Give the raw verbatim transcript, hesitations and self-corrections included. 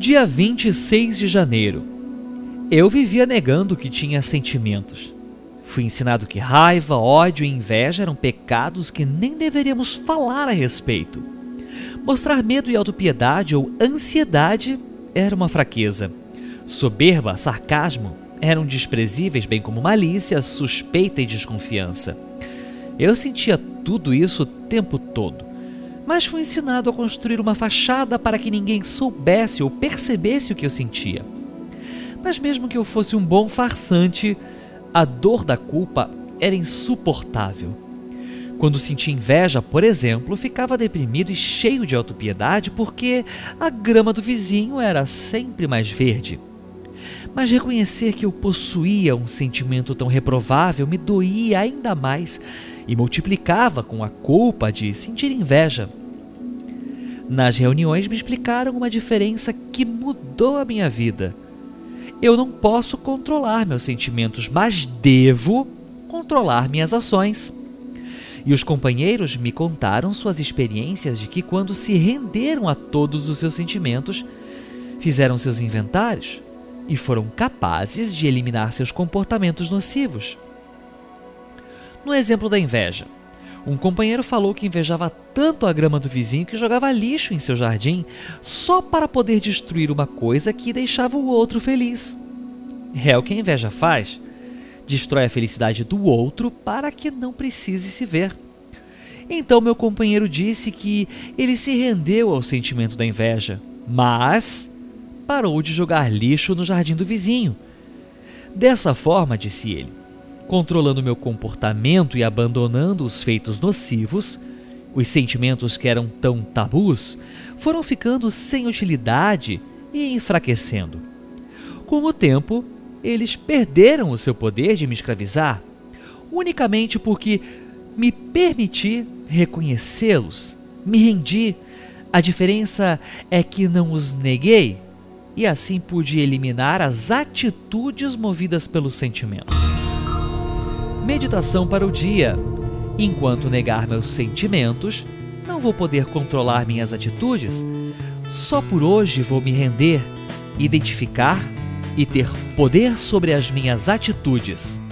Dia vinte e seis de janeiro. Eu vivia negando que tinha sentimentos. Fui ensinado que raiva, ódio e inveja eram pecados que nem deveríamos falar a respeito. Mostrar medo e autopiedade ou ansiedade era uma fraqueza. Soberba, sarcasmo eram desprezíveis, bem como malícia, suspeita e desconfiança. Eu sentia tudo isso o tempo todo, mas fui ensinado a construir uma fachada para que ninguém soubesse ou percebesse o que eu sentia. Mas mesmo que eu fosse um bom farsante, a dor da culpa era insuportável. Quando sentia inveja, por exemplo, ficava deprimido e cheio de autopiedade porque a grama do vizinho era sempre mais verde. Mas reconhecer que eu possuía um sentimento tão reprovável me doía ainda mais e multiplicava com a culpa de sentir inveja. Nas reuniões me explicaram uma diferença que mudou a minha vida. Eu não posso controlar meus sentimentos, mas devo controlar minhas ações. E os companheiros me contaram suas experiências de que, quando se renderam a todos os seus sentimentos, fizeram seus inventários e foram capazes de eliminar seus comportamentos nocivos. No exemplo da inveja, um companheiro falou que invejava tanto a grama do vizinho que jogava lixo em seu jardim só para poder destruir uma coisa que deixava o outro feliz. É o que a inveja faz. Destrói a felicidade do outro para que não precise se ver. Então meu companheiro disse que ele se rendeu ao sentimento da inveja, mas parou de jogar lixo no jardim do vizinho. Dessa forma, disse ele, controlando meu comportamento e abandonando os feitos nocivos, os sentimentos que eram tão tabus foram ficando sem utilidade e enfraquecendo. Com o tempo, eles perderam o seu poder de me escravizar, unicamente porque me permiti reconhecê-los, me rendi. A diferença é que não os neguei e assim pude eliminar as atitudes movidas pelos sentimentos. Meditação para o dia. Enquanto negar meus sentimentos, não vou poder controlar minhas atitudes. Só por hoje vou me render, identificar e ter poder sobre as minhas atitudes.